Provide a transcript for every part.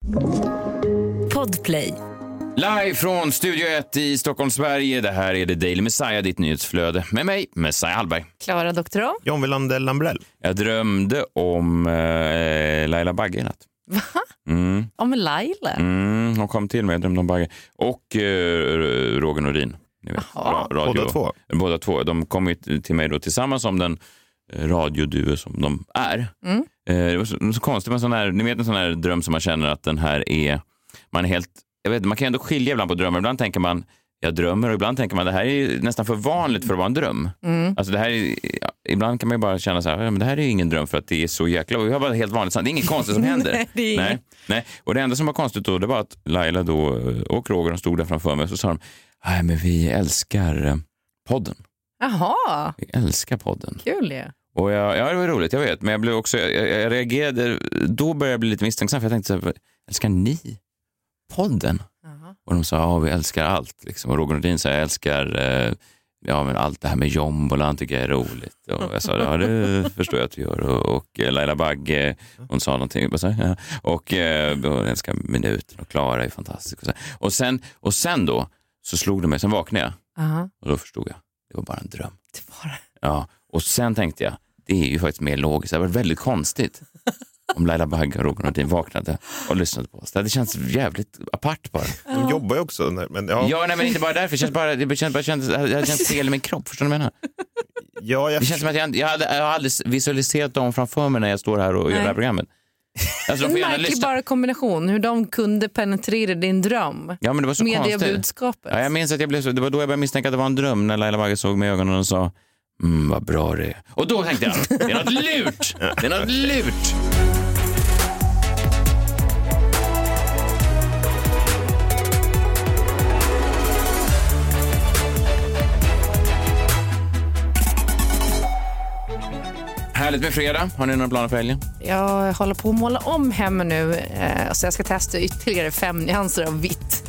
Podplay. Live från Studio 1 i Stockholm, Sverige. Det här är The Daily Messiah, ditt nyhetsflöde. Med mig, Messiah Hallberg. Klara Doktorov. John Wilander Lambrell. Jag drömde om Laila Bagge i natt. Va? Om Laila? Hon kom till mig, jag drömde om Bagge. Och Roger Nordin. Ni vet, radio. Båda två. De kom ju till mig då tillsammans om den radioduo som de är. Det var så konstigt med sån här, ni vet en sån här dröm som man känner att den här är, man är helt, jag vet, man kan ändå skilja ibland på drömmar. Ibland tänker man, jag drömmer, och ibland tänker man, det här är nästan för vanligt för att vara en dröm. Alltså det här är, ibland kan man ju bara känna så här, men det här är ingen dröm för att det är så jäkla, och vi har bara helt vanligt, det är inget konstigt som händer. Nej. Och det enda som var konstigt då, det var att Laila då och Roger, de stod där framför mig, och så sa de, nej men vi älskar podden. Jaha. Vi älskar podden. Kul ja. Och det var roligt, jag vet, men jag blev också, jag reagerade, då började jag bli lite misstänksam, för jag tänkte så här, älskar ni podden? Och de sa, ja vi älskar allt liksom. Och Roger Nordin sa, jag älskar men allt det här med Jombolan tycker jag är roligt. Och jag sa, ja det förstår jag att du gör. Och Laila Bagge, hon sa någonting, och jag älskar minuten, och Klara är fantastisk. Och sen då så slog det mig, sen vaknade jag. Och då förstod jag, det var bara en dröm. Det var det. Ja, och sen tänkte jag, det är ju faktiskt mer logiskt. Det var väldigt konstigt om Laila Bagge och Roger Nordin vaknade och lyssnade på oss. Det känns jävligt apart bara. De jobbar ju också. Men, men inte bara därför. Det känns fel i min kropp. Förstår du vad jag menar? Ja, det känns som att jag har aldrig visualiserat dem framför mig när jag står här och gör det här programmet. Alltså, en märklig bara kombination, hur de kunde penetrera din dröm. Ja, men det var så konstigt. Mediebudskapet. Ja, jag minns att jag blev så, det var då jag började misstänka att det var en dröm, när Laila Bagge såg mig i ögonen och sa, vad bra det är. Och då tänkte jag, det är något lurt. Det är något lurt. Härligt med fredag. Har ni några planer för helgen? Jag håller på att måla om hemma nu, så jag ska testa ytterligare 5 nyanser av vitt.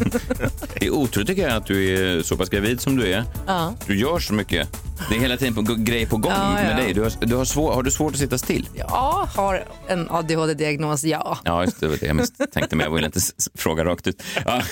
Det är otroligt tycker jag att du är så pass gravid som du är. Ja. Du gör så mycket. Det är hela tiden grej på gång med dig. Har du svårt att sitta still? Ja, har en ADHD-diagnos, ja. Ja, just det var det jag tänkte, men jag vill inte fråga rakt ut. Ja.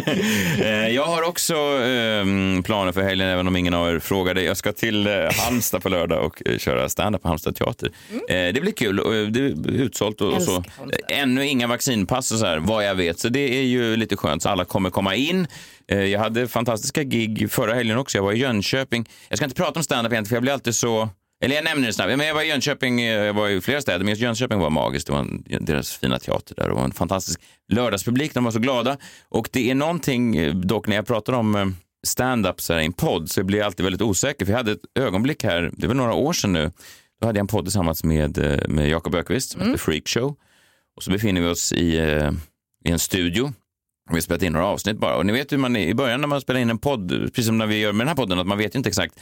Jag har också planer för helgen, även om ingen av er frågade. Jag ska till Halmstad på lördag och köra stand-up på Halmstad teater. Det blir kul. Det är utsålt och så. Ännu inga vaccinpass och så här, vad jag vet. Så det är ju lite skönt, så alla kommer komma in. Jag hade fantastiska gig förra helgen också. Jag var i Jönköping. Jag ska inte prata om stand-up egentligen, för jag blir alltid så... Eller jag nämner det snabbt. Men jag var i Jönköping, jag var i flera städer, men just Jönköping var magiskt. Det var deras fina teater där. Det var en fantastisk lördagspublik. De var så glada. Och det är någonting, dock när jag pratar om stand-up så här i en podd, så blir jag alltid väldigt osäker. För jag hade ett ögonblick här, det var några år sedan nu. Då hade jag en podd tillsammans med Jakob Ökvist som heter Freak Show. Och så befinner vi oss i en studio. Vi har spelat in några avsnitt bara. Och ni vet hur man är i början när man spelar in en podd, precis som när vi gör med den här podden, att man vet ju inte exakt,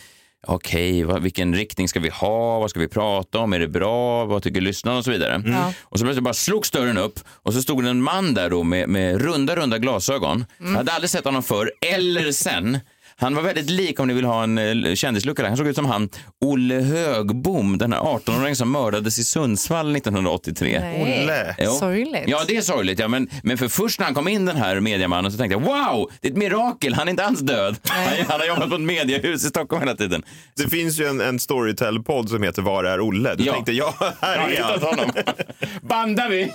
vilken riktning ska vi ha, vad ska vi prata om, är det bra, vad tycker lyssnarna och så vidare. Och så plötsligt bara slog dörren upp och så stod det en man där då med runda glasögon. Jag hade aldrig sett honom förr eller sen. Han var väldigt lik, om ni vill ha en kändislucka där. Han såg ut som han, Olle Högbom, den här 18-åringen som mördades i Sundsvall 1983. Nej. Olle. Sorgligt. Ja, det är sorgligt. Ja, men för först när han kom in, den här mediamannen, så tänkte jag, wow, det är ett mirakel, han är inte alls död. Han har jobbat på ett mediehus i Stockholm hela tiden. Det finns ju en Storytel-podd som heter Var är Olle? Då tänkte jag, här är han. Honom. Bandar vi.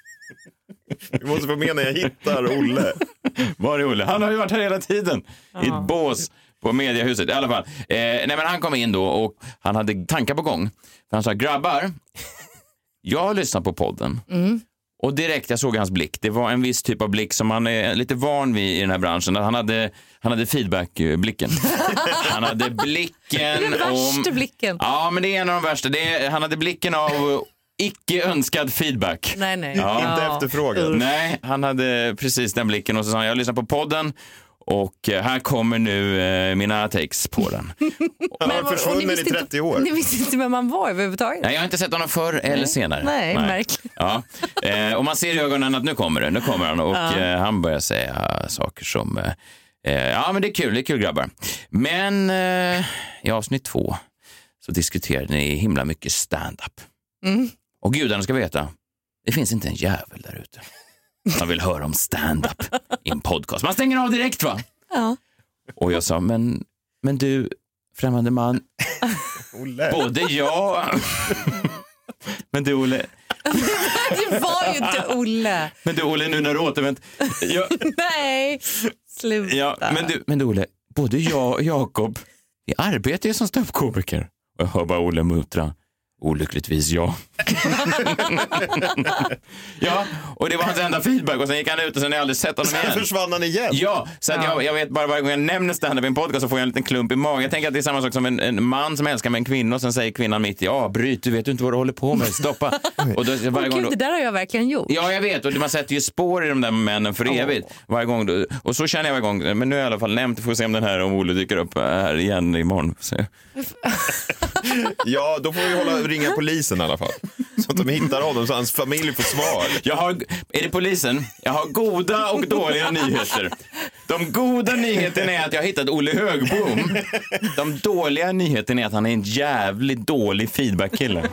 Vi måste få med när jag hittar Olle. Var är Olle? Han har ju varit här hela tiden. I ett bås på mediehuset. I alla fall. Men han kom in då och han hade tankar på gång. För han sa, grabbar, jag har lyssnat på podden. Och direkt jag såg hans blick. Det var en viss typ av blick som man är lite van vid i den här branschen. Han hade feedback-blicken. Han hade blicken den värsta blicken. Ja, men det är en av de värsta. Han hade blicken av... icke önskad feedback. Nej. Ja. Inte efterfrågad. Nej, han hade precis den blicken och så sa han, jag lyssnar på podden och här kommer nu mina takes på den. Han har försvunnit i 30 år. Ni visste inte vem man var överhuvudtaget. Nej, jag har inte sett honom förr eller senare. Nej. Märkligt. Ja. Och man ser i ögonen att nu kommer han och han börjar säga saker som men det är kul grabbar. Men i avsnitt 2 så diskuterade ni himla mycket stand-up. Och gudarna ska veta, det finns inte en jävel där ute Man vill höra om stand-up i en podcast. Man stänger av direkt, va? Ja. Och jag sa, men du, främmande man, Olle. både jag... Men du, Olle... Det var ju inte Olle. Men du, Olle, nu när du återvänt... Nej, sluta. Ja, men du, Olle, både jag och Jakob, vi arbetar ju som ståuppkomiker. Och jag hör bara Olle muttra. Olyckligtvis ja. Ja, och det var hans enda feedback. Och sen gick han ut och sen har jag aldrig sett honom igen. Sen försvann han igen. Ja, så att jag vet bara varje gång jag nämner stand-up i en podcast så får jag en liten klump i magen. Jag tänker att det är samma sak som en man som älskar med en kvinna och sen säger kvinnan mitt i, bryt, du vet inte vad du håller på med, stoppa. Och då, varje gång det där har jag verkligen gjort. Ja, jag vet, och man sätter ju spår i de där männen för evigt. Varje gång och så känner jag varje gång, men nu är jag i alla fall nämnt, får se om den här, om Olle dyker upp här igen imorgon. Så. Ja, då får vi ringa polisen i alla fall. Så att de hittar honom så hans familj får svar. Är det polisen? Jag har goda och dåliga nyheter. De goda nyheterna är att jag har hittat Olle Högbom. De dåliga nyheterna är att han är en jävligt dålig feedback-kille.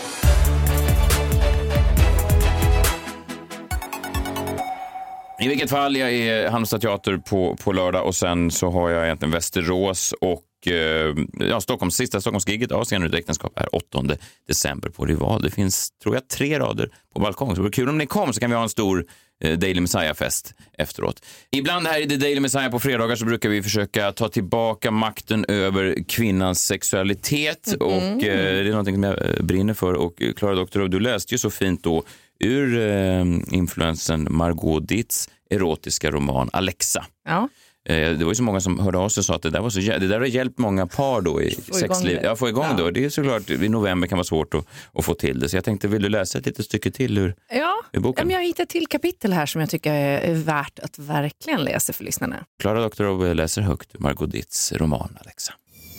I vilket fall, jag är Halmstad teater på lördag och sen så har jag egentligen Västerås och sista Stockholmsgiget av Scener ur äktenskap är 8 december på Rival. Det finns, tror jag, 3 rader på balkong. Så det vore kul om ni kom, så kan vi ha en stor Daily Messiah-fest efteråt. Ibland här i The Daily Messiah på fredagar så brukar vi försöka ta tillbaka makten över kvinnans sexualitet och det är någonting som jag brinner för. Och Klara Doktorov, du läste ju så fint då ur influensen Margot Ditts erotiska roman Alexa. Ja. Det var ju så många som hörde av sig och sa att det där har hjälpt många par då i sexliv. Ja, få igång då. Det är såklart, i november kan vara svårt att få till det. Så jag tänkte, vill du läsa ett litet stycke till ur boken? Jag har hittat till kapitel här som jag tycker är värt att verkligen läsa för lyssnarna. Klara Doktorov läser högt Margot Ditts roman Alexa.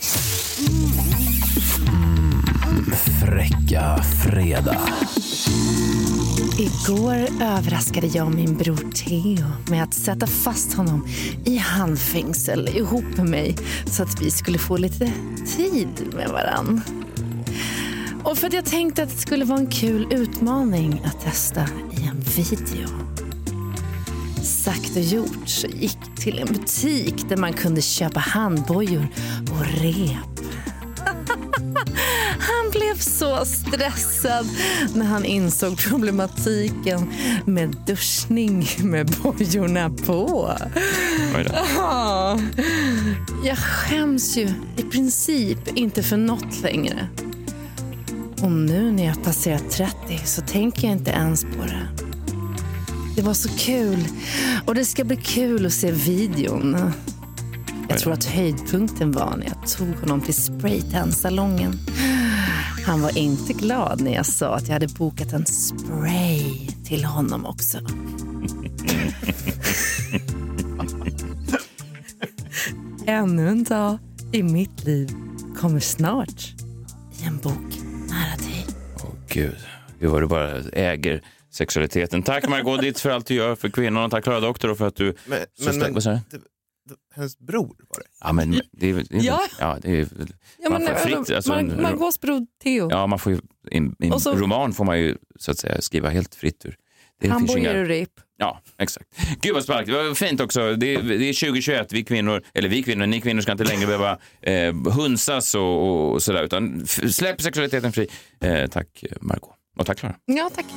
Fräcka fredag. Igår överraskade jag min bror Theo med att sätta fast honom i handfängsel ihop med mig så att vi skulle få lite tid med varann. Och för att jag tänkte att det skulle vara en kul utmaning att testa i en video. Sagt och gjort så gick till en butik där man kunde köpa handbojor och rep. Han blev så stressad när han insåg problematiken med duschning med bojorna på. Jag skäms ju i princip inte för något längre. Och nu när jag passerat 30 så tänker jag inte ens på det. Det var så kul och det ska bli kul att se videon. Jag tror att höjdpunkten var när jag tog honom till spraytan-salongen. Han var inte glad när jag sa att jag hade bokat en spray till honom också. Ännu en dag i mitt liv kommer snart i en bok nära dig. Gud vad du bara äger sexualiteten. Tack Margot Ditts för allt du gör för kvinnorna. Tack Klara Doktor för att du... Hennes bror var det? Ja, men det är man får fritt. Alltså, Margots bror Theo. Ja, man får ju, i roman får man ju så att säga skriva helt fritt ur. Han börjar ur rip. Ja, exakt. Gud vad spark. Det var fint också. Det är 2021. Ni kvinnor ska inte längre behöva hunsas och sådär. Utan släpp sexualiteten fri. Tack Margot. Och tack Klara. Ja, tack.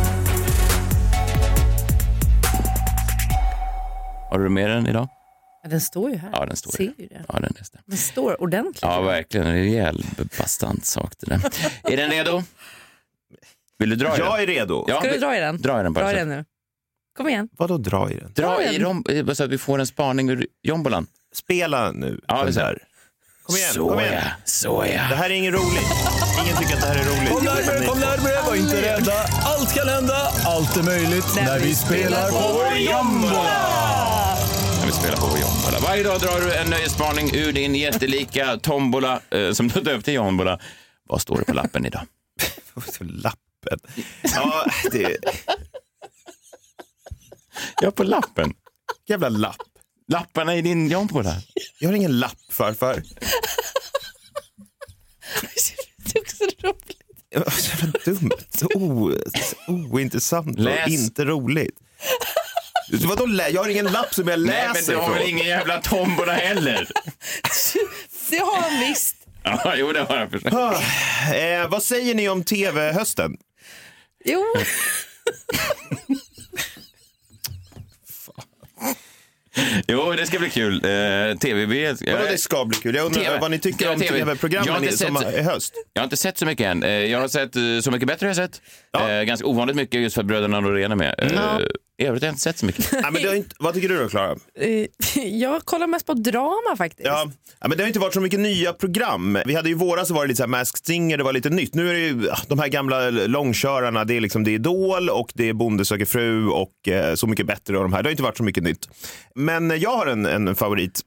Har du med den idag? Ja, den står ju här. Ja, den står Ser ju det. Ja, den står ordentligt. Ja, verkligen. En rejäl bastant sak det där. Är den redo? Vill du dra i den? Jag är redo. Ja, ska du dra i den? Dra i den bara. Dra i den nu. Kom igen. Vadå dra i den? Dra i den så att vi får en spaning ur jombolan. Spela nu. Ja, det är så här. Kom igen, kom igen. Så ja. Det här är inget roligt. Ingen tycker att det här är roligt. Kom närmare, var inte rädda. Allt kan hända, allt är möjligt när vi spelar på vår jombola. När vi spelar på vår jombola. Varje dag drar du en nöjesspaning ur din jättelika tombola som du döpt till jombola. Vad står det på lappen idag? Lappen? Ja, det... Ja, på lappen. Jävla lapp. Lapparna i din jombola. Jag har ingen lapp, farfar. Det är också roligt. Så dumt. Ointressant och inte roligt. Vadå, jag har ingen lapp som jag läser. Nej, men du har väl ingen jävla tombola heller? Det har han visst. Ja, jo, det har jag förstått. Vad säger ni om tv-hösten? Jo. Jo, det ska bli kul. TV. Vadå, det ska bli kul? Jag undrar vad ni tycker om tv-programmen som är höst. Jag har inte sett så mycket än. Jag har sett Så mycket bättre, har jag sett. Ganska ovanligt mycket just för att bröderna Norén är med. I övrigt har jag inte sett så mycket. Nej, men vad tycker du då, Klara? Jag kollar mest på drama faktiskt. Ja, men det har inte varit så mycket nya program. Vi hade ju våras så var det lite så här Masked Singer, det var lite nytt. Nu är det ju de här gamla långkörarna, det är liksom det är Idol och det är Bonde söker fru och Så mycket bättre och de här. Det har inte varit så mycket nytt. Men jag har en favorit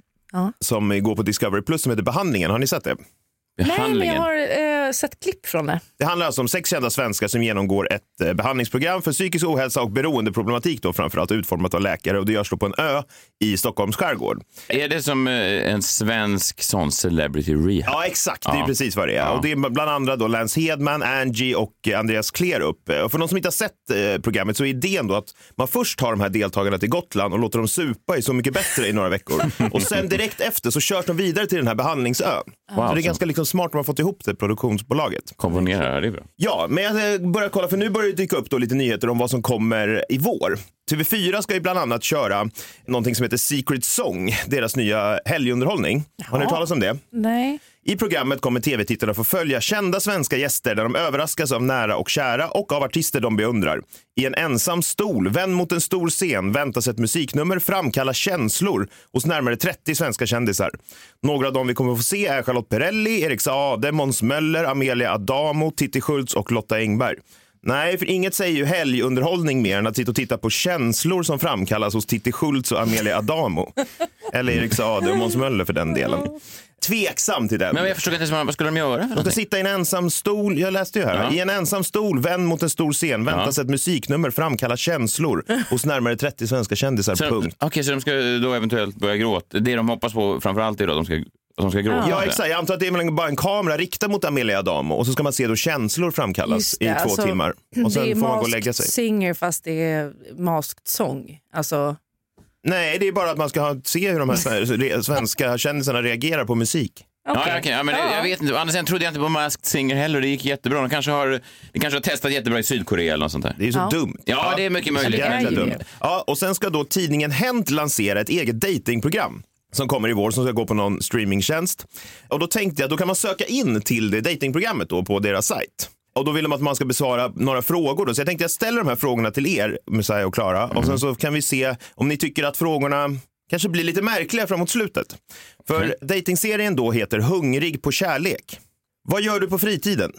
som går på Discovery Plus som heter Behandlingen. Har ni sett det? Nej, men jag har sett klipp från det. Det handlar alltså om 6 kända svenskar som genomgår ett behandlingsprogram för psykisk ohälsa och beroendeproblematik då, framförallt utformat av läkare, och det görs då på en ö i Stockholms skärgård. Är det som en svensk sån celebrity rehab? Ja, exakt. Det är precis vad det är. Ja. Och det är bland andra då Lance Hedman, Angie och Andreas Klerup. Och för någon som inte har sett programmet så är idén då att man först tar de här deltagarna till Gotland och låter dem supa i Så mycket bättre i några veckor. Och sen direkt efter så körs de vidare till den här behandlingsön. Wow, så det är ganska liksom smart att man har fått ihop det, produktionsbolaget. Komponera, det är bra. Ja, men jag börjar kolla, för nu börjar det dyka upp då lite nyheter om vad som kommer i vår. TV4 ska ju bland annat köra någonting som heter Secret Song, deras nya helgunderhållning. Har ni hört talas om det? Nej. I programmet kommer tv-tittarna få följa kända svenska gäster där de överraskas av nära och kära och av artister de beundrar. I en ensam stol, vänd mot en stor scen, väntas ett musiknummer framkalla känslor hos närmare 30 svenska kändisar. Några av dem vi kommer få se är Charlotte Perrelli, Erik Saade, Måns Möller, Amelia Adamo, Titti Schultz och Lotta Engberg. Nej, för inget säger ju helgunderhållning mer än att sitta och titta på känslor som framkallas hos Titti Schultz och Amelia Adamo. Eller Erik Saade och Måns Möller för den delen. Tveksam till den. Men jag förstår inte, vad skulle de göra? De ska sitta i en ensam stol, jag läste ju här. I en ensam stol, vänd mot en stor scen, väntas ett musiknummer framkalla känslor hos närmare 30 svenska kändisar, punkt. Okej, så de ska då eventuellt börja gråta. Det de hoppas på framförallt är då att de ska gråta. Ja, exakt. Jag antar att det är bara en kamera riktad mot Amelia Adamo och så ska man se då känslor framkallas i 2 timmar. Och sen får man gå och lägga sig. Singer fast det är masked song. Alltså... Nej, det är bara att man ska se hur de här svenska kändisarna reagerar på musik. Okay. Ja, men jag vet inte. Annars trodde jag inte på Masked Singer heller. Det gick jättebra. De kanske har testat jättebra i Sydkorea eller något sånt där. Det är så dumt. Ja, det är mycket möjligt. Det är dumt. Ja, och sen ska då tidningen Hänt lansera ett eget datingprogram som kommer i vår, som ska gå på någon streamingtjänst. Och då tänkte jag, då kan man söka in till det datingprogrammet då på deras sajt. Och då vill de att man ska besvara några frågor då. Så jag tänkte jag ställer de här frågorna till er, Messiah och Klara. Och sen så kan vi se om ni tycker att frågorna kanske blir lite märkliga framåt slutet. För datingserien då heter Hungrig på kärlek. Vad gör du på fritiden?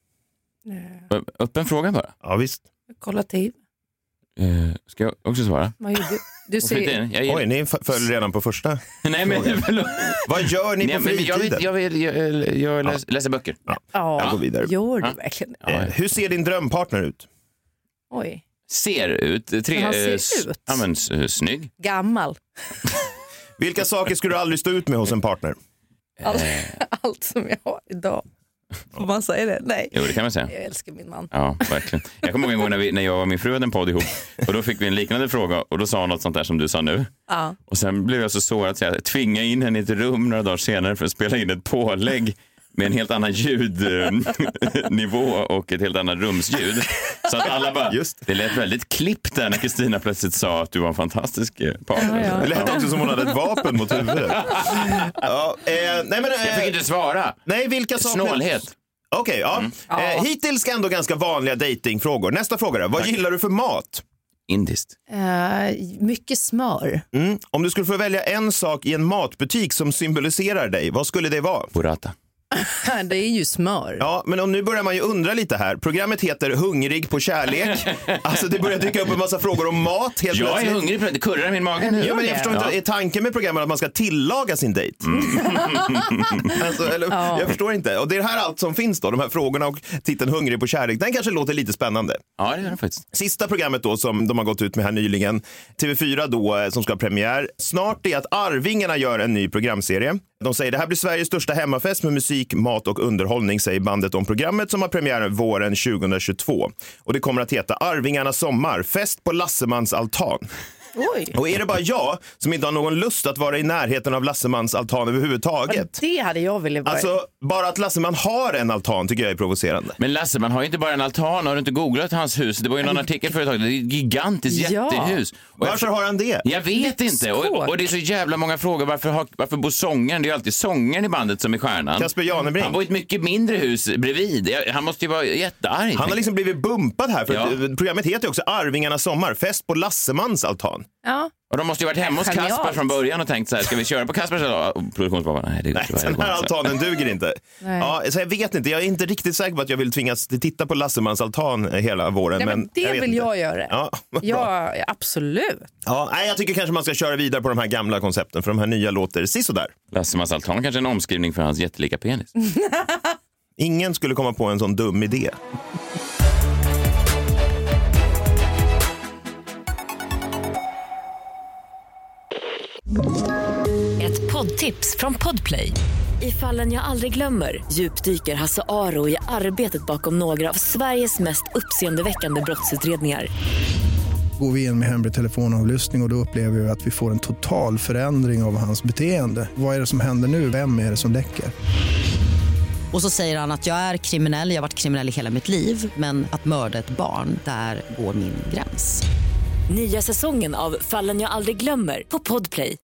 Öppen fråga bara. Ja, visst. Kolla TV. Ska jag också svara? Vad gör du? Du ser... Oj, ni föll redan på första. Nej, men vad gör ni på fritiden? Jag läser böcker. Jag går vidare. Gör du verkligen? Hur ser din drömpartner ut? Oj. Ser ut? Han ser ut? Ja, men snygg. Gammal. Vilka saker skulle du aldrig stå ut med hos en partner? Allt som jag har idag. Får man säga det? Nej. Jo, det kan man säga. Jag älskar min man. Ja, verkligen. Jag kommer ihåg en gång när jag och min fru hade en podd ihop. Och då fick vi en liknande fråga. Och då sa hon något sånt där som du sa nu. Ja. Och sen blev jag så sårad att jag tvingade in henne i ett rum några dagar senare för att spela in ett pålägg med en helt annan ljudnivå och ett helt annat rumsljud. Så att alla bara, det lät väldigt klippt där när Kristina plötsligt sa att du var en fantastisk partner. Ja. Det lät också som hon hade ett vapen mot huvudet. Jag fick inte svara. Nej, vilka saker? Snålhet. Okej, hittills ändå ganska vanliga datingfrågor. Nästa fråga då. Vad gillar du för mat? Indiskt. Mycket smör. Om du skulle få välja en sak i en matbutik som symboliserar dig, vad skulle det vara? Burrata. Det är ju smör. Ja, men nu börjar man ju undra lite här. Programmet heter Hungrig på kärlek. Alltså det börjar dyka upp en massa frågor om mat. Helt jag är hungrig på det. Det kurrar i min mage nu. Ja, men jag förstår inte. Är tanken med programmet att man ska tillaga sin dejt? Jag förstår inte. Och det är här allt som finns då. De här frågorna och titeln Hungrig på kärlek. Den kanske låter lite spännande. Ja, det gör det faktiskt. Sista programmet då som de har gått ut med här nyligen. TV4 då som ska ha premiär. Snart är att Arvingarna gör en ny programserie. De säger det här blir Sveriges största hemmafest med musik, mat och underhållning, säger bandet om programmet som har premiär våren 2022. Och det kommer att heta Arvingarna sommar, fest på Lassemans altan. Oj. Och är det bara jag som inte har någon lust att vara i närheten av Lassemans altan överhuvudtaget? Det hade jag velat vara. Alltså, bara att Lasseman har en altan tycker jag är provocerande. Men Lasseman har ju inte bara en altan. Har du inte googlat hans hus? Det var ju någon artikel förut. Det är ett gigantiskt jättehus. Och varför har han det? Jag vet inte. Och det är så jävla många frågor. Varför bor sångaren? Det är ju alltid sångaren i bandet som är stjärnan. Kasper Janebrink. Han bor i ett mycket mindre hus bredvid. Han måste ju vara jättearg. Han har liksom blivit bumpad här. För programmet heter ju också Arvingarnas sommar. Fest på Lassemans altan. Ja. Och de måste ju varit hemma hos Kasper från början och tänkt så här, ska vi köra på Kaspers produktionsbabba? Nej, den här altanen duger inte. Ja, så jag vet inte, jag är inte riktigt säker på att jag vill tvingas titta på Lassemans altan hela våren. Nej, men det vill jag göra. Ja, absolut. Ja, nej, jag tycker kanske man ska köra vidare på de här gamla koncepten, för de här nya låter sisådär. Lassemans altan kanske är en omskrivning för hans jättelika penis. Ingen skulle komma på en sån dum idé. Ett poddtips från Podplay. I Fallen jag aldrig glömmer djupdyker Hasse Aro i arbetet bakom några av Sveriges mest uppseendeväckande brottsutredningar. Går vi in med hemlig telefonavlyssning och då upplever vi att vi får en total förändring av hans beteende. Vad är det som händer nu? Vem är det som läcker? Och så säger han att jag är kriminell, jag har varit kriminell i hela mitt liv. Men att mörda ett barn, där går min gräns. Nya säsongen av Fallen jag aldrig glömmer på Podplay.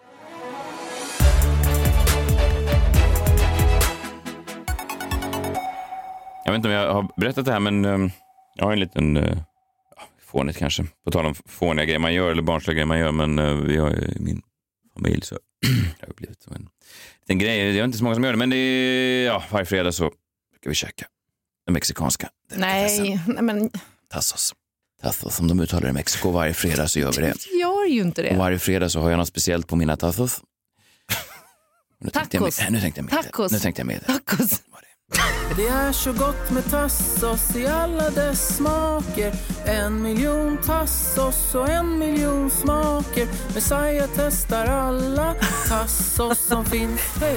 Jag vet inte om jag har berättat det här, men jag har en liten fånigt kanske. På tal om fåniga grejer man gör eller barnsliga grejer man gör, men vi har ju i min familj så det har blivit en liten grej. Det är inte så många som gör det, men det är, varje fredag så brukar vi käka den mexikanska. Nej, men Tassos, som de uttalar i Mexiko. Varje fredag så gör vi det. jag gör ju inte det. Och varje fredag så har jag något speciellt på mina tassos. Tacos. Nu tänkte jag med det. Tacos. Det är så gott med tassos i alla dess smaker. 1 miljon tassos och 1 miljon smaker. Messiah testar alla tassos som finns. Hej!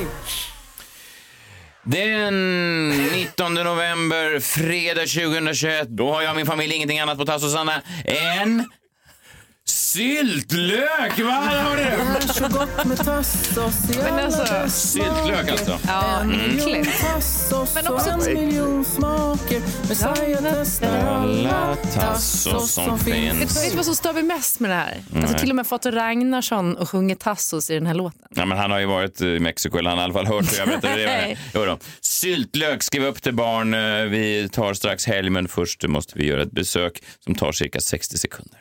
Den 19 november, fredag 2021, då har jag och min familj ingenting annat på tassosarna än syltlök. Vad har du? Det är så gott med tassos i alla dess syltlök alltså. Ja, äckligt. Men också 1 miljon smaker. Messiah testar alla tassos som finns. Vet du vad som stör mig mest med det här? Alltså till och med Fato Ragnarsson och sjunger tassos i den här låten. Ja, men han har ju varit i Mexiko, eller han har i alla fall hört hur jag berättade det. Jo då. Syltlök, skriv upp till barn. Vi tar strax helg, men först måste vi göra ett besök som tar cirka 60 sekunder.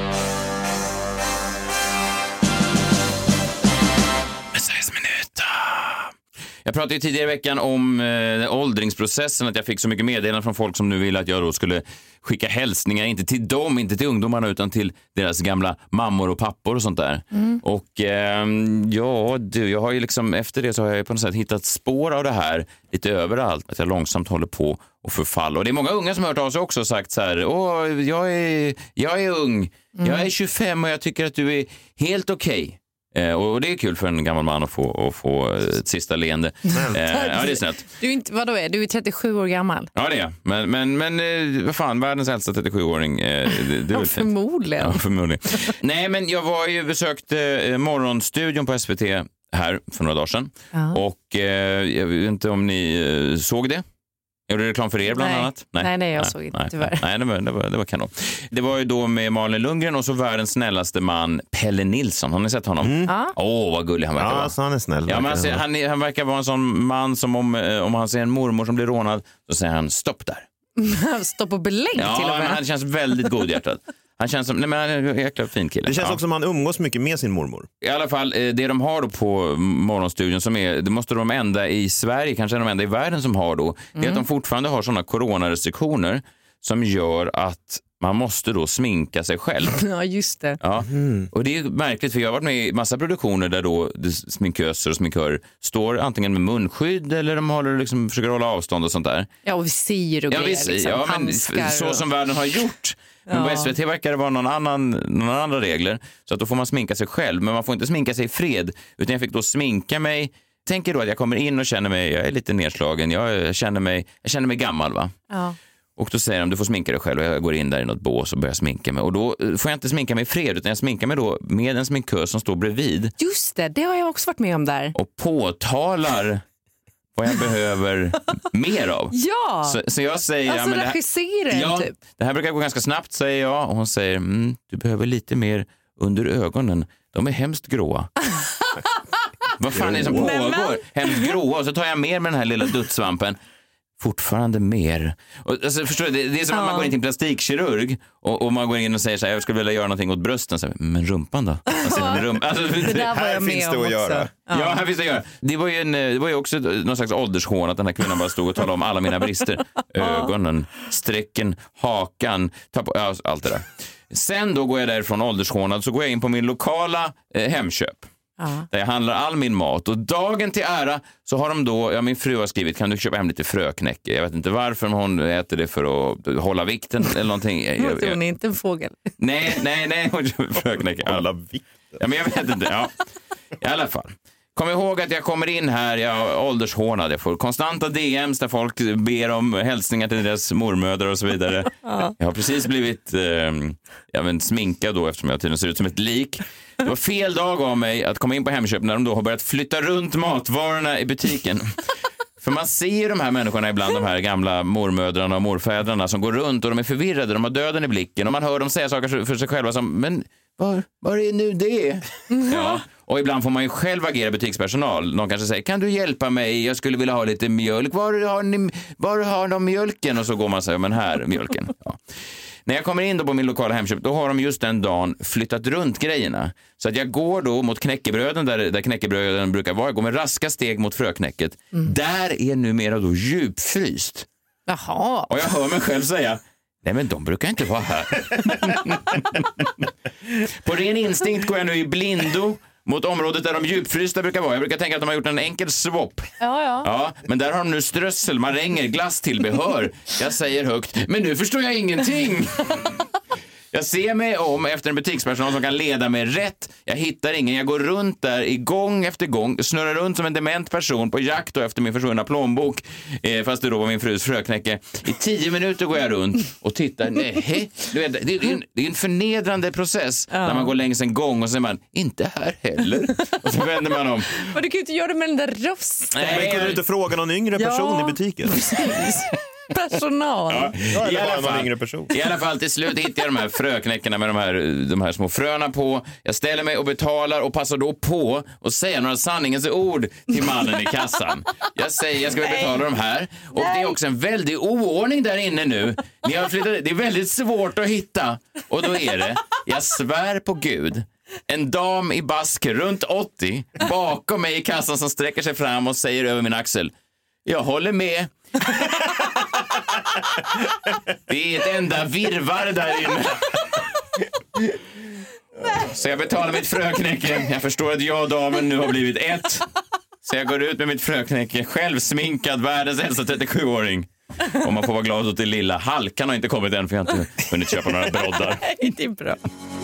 Jag pratade ju tidigare i veckan om åldringsprocessen, att jag fick så mycket meddelanden från folk som nu vill att jag då skulle skicka hälsningar, inte till dem, inte till ungdomarna, utan till deras gamla mammor och pappor och sånt där. Och jag har ju liksom, efter det så har jag på något sätt hittat spår av det här lite överallt, att jag långsamt håller på och förfalla. Och det är många unga som har hört av sig också och sagt så här: jag är ung, jag är 25 och jag tycker att du är helt okej. Och det är kul för en gammal man att få ett sista leende. Ja, det är snällt. Du är inte, vadå är du? Du är 37 år gammal. Ja, det är jag. Men vad fan, världens äldsta 37-åring. Det är väl förmodligen. Ja, förmodligen. Nej, men jag var ju besökte morgonstudion på SVT här för några dagar sedan. Och jag vet inte om ni såg det. Gjorde du reklam för er bland annat? Nej, jag såg inte tyvärr. Nej, det var kanon. Det var ju då med Malin Lundgren och så världens snällaste man Pelle Nilsson. Har ni sett honom? Vad gullig han verkar vara. Ja, så han är snäll. Ja, men han verkar vara en sån man som om han ser en mormor som blir rånad, så säger han stopp där. Stopp och belägg till och med. Ja, han känns väldigt godhjärtad. Han känns som, han är en jäkla fin kille. Det känns också som att han umgås mycket med sin mormor. I alla fall, det de har då på morgonstudion, som är, det måste de enda i Sverige, kanske de enda i världen som har då, det är att de fortfarande har sådana coronarestriktioner som gör att man måste då sminka sig själv. Ja, just det. Ja. Och det är märkligt, för jag har varit med i massa produktioner där då sminköser och sminkörer står antingen med munskydd eller de försöker hålla avstånd och sånt där. Ja, och visir och grejer. Liksom, men så som världen har gjort. Men på SVT verkar det vara några andra regler, så att då får man sminka sig själv, men man får inte sminka sig i fred, utan jag fick då sminka mig. Tänker då att jag kommer in och känner mig, jag är lite nedslagen, jag känner mig gammal, va? Ja. Och då säger de, du får sminka dig själv. Och jag går in där i något bås och börjar sminka mig. Och då får jag inte sminka mig i fred, utan jag sminkar mig då med en sminkös som står bredvid. Just det har jag också varit med om där. Och påtalar vad jag behöver mer av. Ja, så jag säger... alltså regisseren typ. Det här brukar gå ganska snabbt, säger jag. Och hon säger, du behöver lite mer under ögonen. De är hemskt gråa. Vad fan är det som pågår? Hemskt gråa. Och så tar jag mer med den här lilla duttsvampen. Fortfarande mer. Och, alltså, förstår du, det är som att man går in till en plastikkirurg och man går in och säger så här, jag skulle vilja göra någonting åt brösten. Så här, men rumpan då? Alltså, det där var jag med finns det om att göra. Ja, här finns det att göra. Det var ju också någon slags åldershån att den här kvinnan bara stod och talade om alla mina brister. Ögonen, strecken, hakan, allt det där. Sen då går jag därifrån åldershånad, så går jag in på min lokala Hemköp. Där jag handlar all min mat. Och dagen till ära så har de då, min fru har skrivit, kan du köpa hem lite fröknäcke? Jag vet inte varför, men hon äter det för att hålla vikten eller någonting. Hon är inte en fågel. Nej, hon köper fröknäcke. Hålla vikten. Ja, men jag vet inte, ja. I alla fall. Kom ihåg att jag kommer in här, jag är åldershånad. Jag får konstanta DMs där folk ber om hälsningar till deras mormödrar och så vidare. Jag har precis blivit sminkad då, eftersom jag tydligen ser ut som ett lik. Det var fel dag av mig att komma in på Hemköp när de då har börjat flytta runt matvarorna i butiken. För man ser de här människorna ibland, de här gamla mormödrarna och morfädrarna som går runt och de är förvirrade, de har döden i blicken och man hör dem säga saker för sig själva som, men var är nu det? Ja, och ibland får man ju själv agera butikspersonal. Någon kanske säger, kan du hjälpa mig? Jag skulle vilja ha lite mjölk. Var har de mjölken? Och så går man och säger, men här mjölken. Ja. När jag kommer in då på min lokala Hemköp, då har de just den dagen flyttat runt grejerna. Så att jag går då mot knäckebröden, där knäckebröden brukar vara. Jag går med raska steg mot fröknäcket. Där är numera då djupfryst. Jaha. Och jag hör mig själv säga, nej men de brukar inte vara här. På ren instinkt går jag nu i blindo mot området där de djupfrysta brukar vara. Jag brukar tänka att de har gjort en enkel swap. Ja, men där har de nu strössel, maränger, glasstillbehör. Jag säger högt, men nu förstår jag ingenting. Jag ser mig om efter en butikspersonal som kan leda mig rätt. Jag hittar ingen. Jag går runt där i gång efter gång. Snurrar runt som en dement person på jakt då efter min försvunna plånbok. Fast det då var min frus fröknäcke. I 10 minuter går jag runt och tittar. Nej, det är en förnedrande process. När man går längs en gång och så säger man, inte här heller. Och så vänder man om. Men du kan ju inte göra det med den där rösten. Men kunde du inte fråga någon yngre person i butiken? Personal. Ja, i alla fall till slut hittar jag de här fröknäckarna med de här små fröna på. Jag ställer mig och betalar och passar då på och säger några sanningens ord till mannen i kassan. Jag säger, jag ska betala de här. Och det är också en väldig oordning där inne nu. Ni har flyttat, det är väldigt svårt att hitta. Och då är det, jag svär på Gud, en dam i bask runt 80 bakom mig i kassan som sträcker sig fram och säger över min axel, jag håller med. Det är ett enda virvar där inne. Så jag betalar mitt fröknäcke. Jag förstår att jag och damen nu har blivit ett. Så jag går ut med mitt fröknäcke, själv sminkad, världens äldsta 37-åring. Och man får vara glad åt det lilla. Halkan har inte kommit än för jag har inte hunnit köpa några broddar. Det är bra.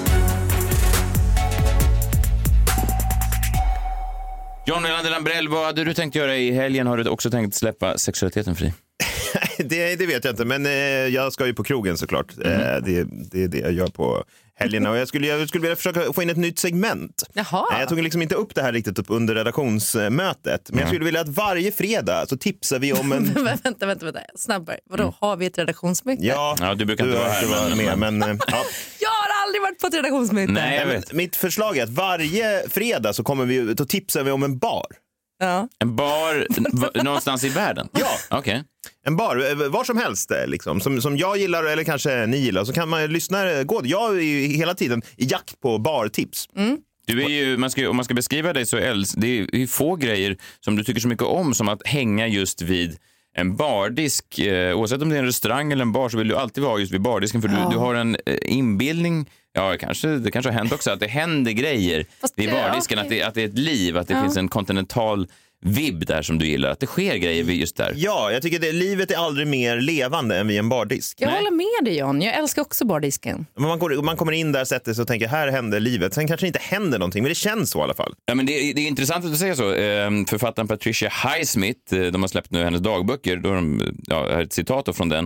John Melander Lambrell, vad hade du tänkt göra i helgen? Har du också tänkt släppa sexualiteten fri? Det vet jag inte, men jag ska ju på krogen såklart. Det är det jag gör på helgerna. Och jag skulle vilja försöka få in ett nytt segment. Jaha. Jag tog liksom inte upp det här riktigt upp under redaktionsmötet. Men jag skulle vilja att varje fredag så tipsar vi om en... vänta. Snabbare. Vadå, har vi ett redaktionsmöte? Ja, du brukar inte vara här. Men ja. Jag har aldrig varit på ett redaktionsmöte. Nej, jag vet. Mitt förslag är att varje fredag så tipsar vi om en bar. Ja. En bar någonstans i världen? Ja. Okej. En bar, var som helst liksom, som jag gillar eller kanske ni gillar, så kan man lyssna. Jag är ju hela tiden i jakt på bartips. Du är ju, om man ska beskriva dig så det är ju få grejer som du tycker så mycket om som att hänga just vid en bardisk. Oavsett om det är en restaurang eller en bar så vill du alltid vara just vid bardisken för du har en inbildning. Ja, det kanske har hänt också att det händer grejer vid bardisken, att det är ett liv, att det finns en kontinental vibb där som du gillar, att det sker grejer just där. Ja, jag tycker livet är aldrig mer levande än vid en bardisk. Jag håller med dig, John. Jag älskar också bardisken. Man kommer in där, sätter sig och tänker, här händer livet. Sen kanske det inte händer någonting, men det känns så i alla fall. Ja, men det är intressant att du säger så. Författaren Patricia Highsmith, de har släppt nu hennes dagböcker, då är ett citat från den.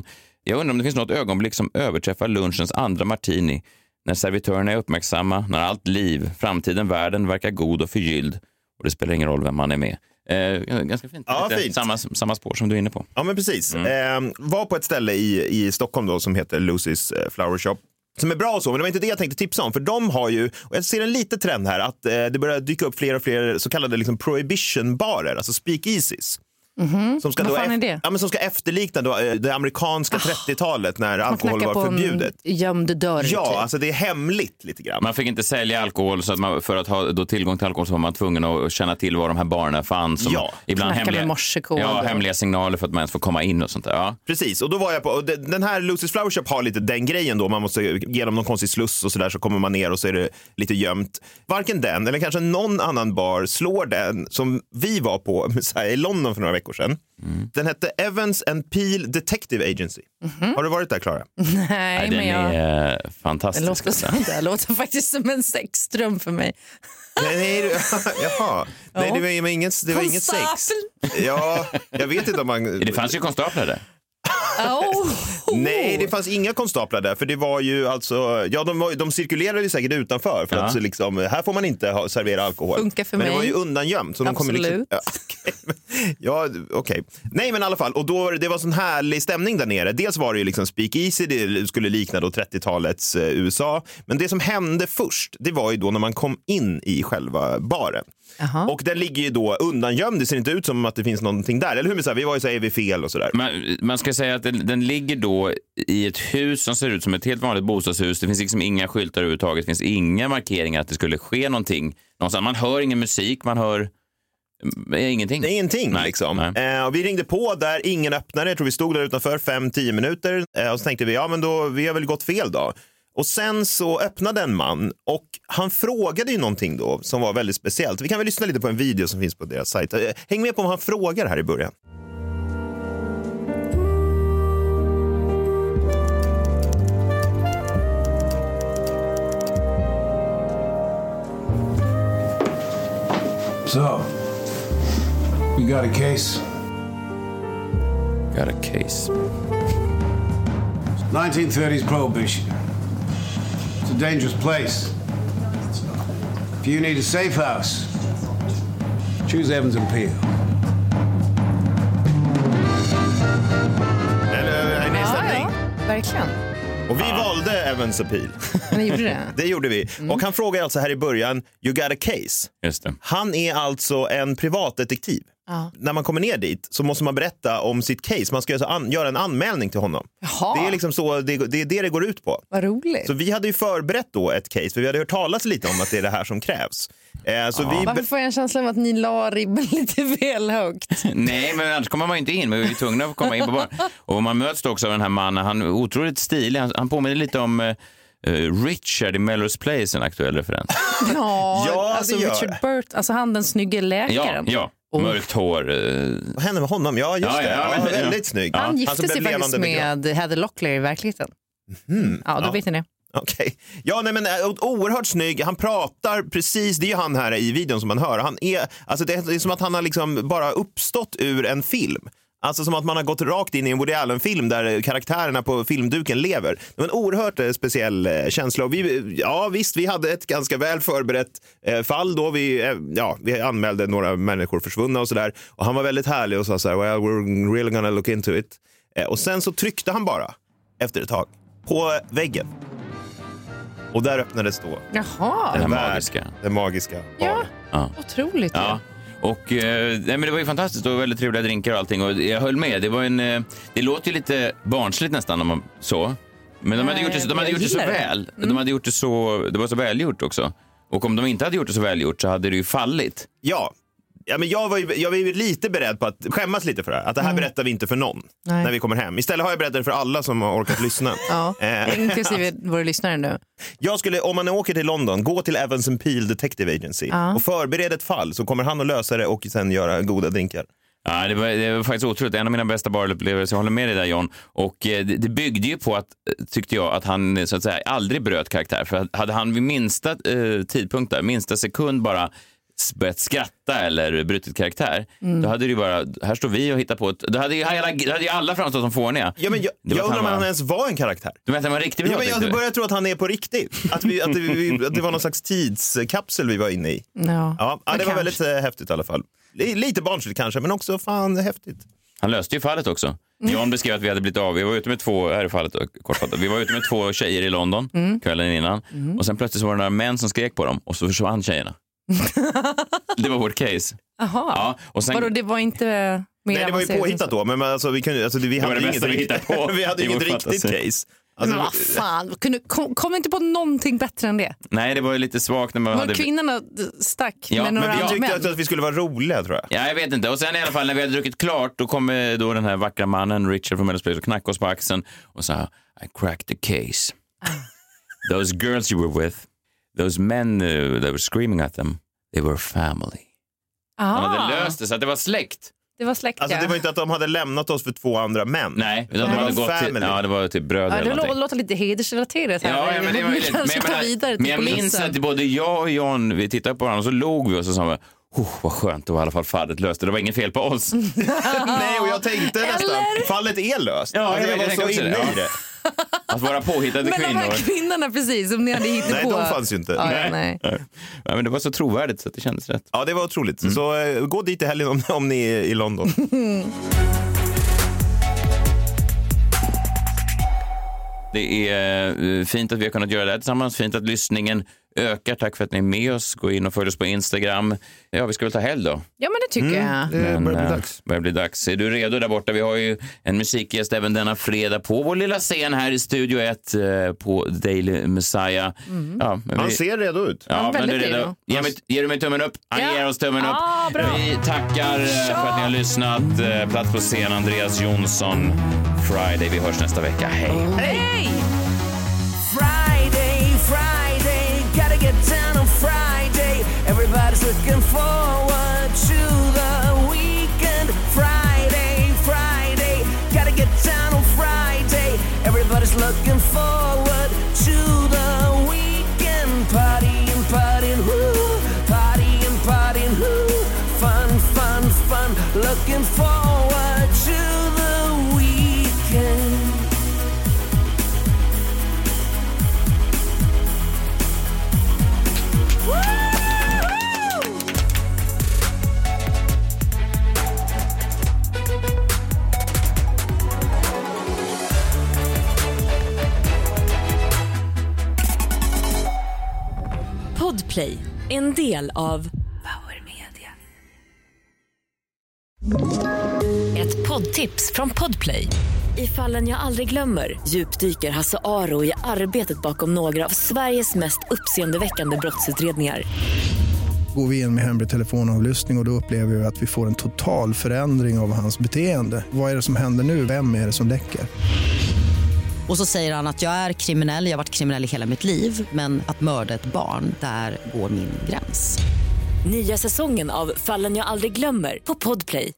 Jag undrar om det finns något ögonblick som överträffar lunchens andra martini. När servitörerna är uppmärksamma, när allt liv, framtiden, världen verkar god och förgylld. Och det spelar ingen roll vem man är med. Ganska fint. Ja, fint. Samma spår som du är inne på. Ja, men precis. Var på ett ställe i Stockholm då som heter Lucy's Flower Shop. Som är bra och så, men det var inte det jag tänkte tipsa om. För de har ju, och jag ser en liten trend här, att det börjar dyka upp fler och fler så kallade liksom prohibition-barer, alltså speakeasies. Som ska, vad fan är det? Ja, men som ska efterlikna då, det amerikanska 30-talet när alkohol var förbjudet. Gömd dörr. Ja, typ. alltså det är hemligt lite grann. Man fick inte sälja alkohol, så att man, för att ha då tillgång till alkohol så var man tvungen att känna till var de här barerna fanns. Ja. Ibland Knacka med morsekod. Ja, hemliga signaler för att man ens får komma in och sånt där. Ja. Precis, och då var jag på, och den här Lucy's Flower Shop har lite den grejen då, man måste genom någon konstig sluss och sådär, så kommer man ner och så är det lite gömt. Varken den eller kanske någon annan bar slår den som vi var på i London för några veckor sedan. Den hette Evans & Peel Detective Agency. Har du varit där, Klara? Nej, Den men jag... är fantastisk. Det låter faktiskt som en sexdröm för mig. Nej, jaha. Nej, det var inget sex. Ja, jag vet inte om man... Det fanns ju konstaplar där. Nej, det fanns inga konstaplar där, för det var ju alltså, ja, de cirkulerade ju säkert utanför för att liksom, här får man inte servera alkohol. Funkar för men mig. Det var ju undangömt. Så absolut. De kommer okej. Nej, men i alla fall, och då, det var sån härlig stämning där nere. Dels var det ju liksom speakeasy, det skulle likna då 30-talets USA. Men det som hände först, det var ju då när man kom in i själva baren. Aha. Och den ligger ju då undangömd. Det ser inte ut som att det finns någonting där. Eller hur? Vi var ju så här, är vi fel och sådär. Man ska säga att den ligger då i ett hus som ser ut som ett helt vanligt bostadshus. Det finns liksom inga skyltar överhuvudtaget. Det finns inga markeringar att det skulle ske någonting någonstans. Man hör ingen musik, man hör ingenting. Det är ingenting. Nej. Liksom. Nej. Och vi ringde på där, ingen öppnade. Jag tror vi stod där utanför 5-10 minuter. Och så tänkte vi, ja men då, vi har väl gått fel då. Och sen så öppnade en man och han frågade ju någonting då som var väldigt speciellt. Vi kan väl lyssna lite på en video som finns på deras sajt. Häng med på vad han frågar här i början. So, you got a case? Got a case. 1930s prohibition. It's a dangerous place. If you need a safe house, choose Evans & Peel. Eller stämning. Verkligen. Och vi valde Evans & Peel. Men gjorde det? Det gjorde vi. Och han frågar alltså här i början, you got a case. Just det. Han är alltså en privatdetektiv. Ja. När man kommer ner dit så måste man berätta om sitt case. Man ska alltså göra en anmälning till honom. Jaha. Det är liksom så, det är det går ut på. Vad roligt. Så vi hade ju förberett då ett case, för vi hade hört talas lite om att det är det här som krävs. Varför får jag en känsla av att ni la ribben lite väl högt? Nej, men annars kommer man inte in. Men vi är tvungna att komma in på bar. Och man möts då också av den här mannen. Han är otroligt stilig. Han påminner lite om Richard i Melrose Place, en aktuell referens. Ja, alltså det gör. Richard Burt, alltså han den snygga läkaren. Ja. Mörkt hår. Vad hände med honom? Ja, just det. Ja, väldigt snygg. Han som gifte sig blev faktiskt med Heather Locklear i verkligheten. Ja, då vet ni det. Okej. Ja, nej, men oerhört snygg. Han pratar precis, det är ju han här i videon som man hör. Han är, alltså det är som att han har liksom bara uppstått ur en film. Alltså som att man har gått rakt in i en Woody Allen-film där karaktärerna på filmduken lever. Det var en oerhört speciell känsla. Och vi hade ett ganska väl förberett fall då. Vi anmälde några människor försvunna och sådär. Och han var väldigt härlig och sa så här, well, we're really gonna look into it. Och sen så tryckte han bara efter ett tag på väggen. Och där öppnades då Jaha. den magiska baren. Ja, otroligt. Ja. Och men det var ju fantastiskt och väldigt trevliga drinkar och allting. Och jag höll med. Det var det låter ju lite barnsligt nästan om man så. Men de hade gjort det så väl. De hade gjort det så, det var så välgjort också. Och om de inte hade gjort det så välgjort så hade det ju fallit. Ja, men jag var ju lite beredd på att skämmas lite för det här. Att det här berättar vi inte för någon när vi kommer hem. Istället har jag berättat för alla som har orkat lyssna. Inklusive våra lyssnare nu. Jag skulle, om man åker till London, gå till Evans & Peel Detective Agency och förbered ett fall, så kommer han att lösa det och sen göra goda drinkar. Ja, det var faktiskt otroligt. En av mina bästa barupplevelser. Jag håller med dig där, John. Och det byggde ju på att, tyckte jag, att han så att säga aldrig bröt karaktär. För hade han vid minsta tidpunkt där, minsta sekund bara börjat skratta eller brutit karaktär, då hade det ju bara, här står vi och hittar på ett, då hade ju alla framstått som fåniga. Ja, men jag undrar om han ens var en karaktär. Du vet att han var riktigt. Ja, men jag börjar tro att han är på riktigt. Att det var någon slags tidskapsel vi var inne i. Ja, det var väldigt häftigt i alla fall. Lite barnsligt kanske, men också fan häftigt. Han löste ju fallet också. John beskrev att vi hade blivit av. Vi var ute med vi var ute med 2 tjejer i London kvällen innan. Och sen plötsligt så var det några män som skrek på dem och så försvann tjejerna. Det var vårt case. Jaha. Ja, och sen... Vadå, det var inte mer. Nej, det var ju påhittat då, men alltså, vi hade inget riktigt case. Alltså, men vad fan, kom inte på någonting bättre än det? Nej, det var ju lite svagt när man hade... Kvinnorna stack med några men vi tyckte att vi skulle vara roliga, tror jag. Ja, jag vet inte. Och sen i alla fall när vi hade druckit klart, då kom då den här vackra mannen Richard från Mellows Place och knackade oss på axeln och sa, I cracked the case. Those girls you were with, those men that were screaming at them, they were family. De hade löst det så att det var släkt. Det var släkt, alltså, det var inte att de hade lämnat oss för 2 andra män. Nej, de hade gått till, det var typ bröder eller någonting. Det låter lite hedersrelaterat här. Ja, men det var lite, men jag minns att både jag och John, vi tittade på varandra och så låg vi och så sa vi, vad skönt, det var i alla fall fallet löst. Det var ingen fel på oss. Nej, och jag tänkte nästan, fallet är löst. Ja, alltså, jag var så inne i det. Att vara påhittade kvinnor. Men de här kvinnorna, precis, som ni hade hittat på. Nej, de fanns ju inte. Nej. Ja, men det var så trovärdigt så att det kändes rätt. Ja, det var otroligt. Så gå dit i helgen om ni är i London. Det är fint att vi har kunnat göra det här tillsammans. Fint att lyssningen ökar. Tack för att ni är med oss. Gå in och följ oss på Instagram. Ja, vi ska väl ta helg då? Ja, men det tycker jag. Det börjar bli dags. Är du redo där borta? Vi har ju en musikgäst även denna fredag på vår lilla scen här i Studio 1 på Daily Messiah. Ja, han ser redo ut. Ja, men du är redo. Ger du mig tummen upp? Han ger oss tummen upp. Bra. Vi tackar för att ni har lyssnat. Plats på scen, Andreas Jonsson. Friday. Vi hörs nästa vecka. Hej! Hej! Friday, gotta get down on Friday. Everybody's looking forward to the weekend. Friday, gotta get down on Friday. Everybody's looking forward to the weekend. Partying, woo. Partying, woo. Fun. Looking forward to the weekend. Podplay, en del av Power Media. Ett poddtips från Podplay. I Fallen jag aldrig glömmer djupdyker Hasse Aro i arbetet bakom några av Sveriges mest uppseendeväckande brottsutredningar. Går vi in med hemlig telefonavlyssning och då upplever vi att vi får en total förändring av hans beteende. Vad är det som händer nu? Vem är det som läcker? Och så säger han att jag är kriminell, jag har varit kriminell i hela mitt liv. Men att mörda ett barn, där går min gräns. Nya säsongen av Fallen jag aldrig glömmer på Podplay.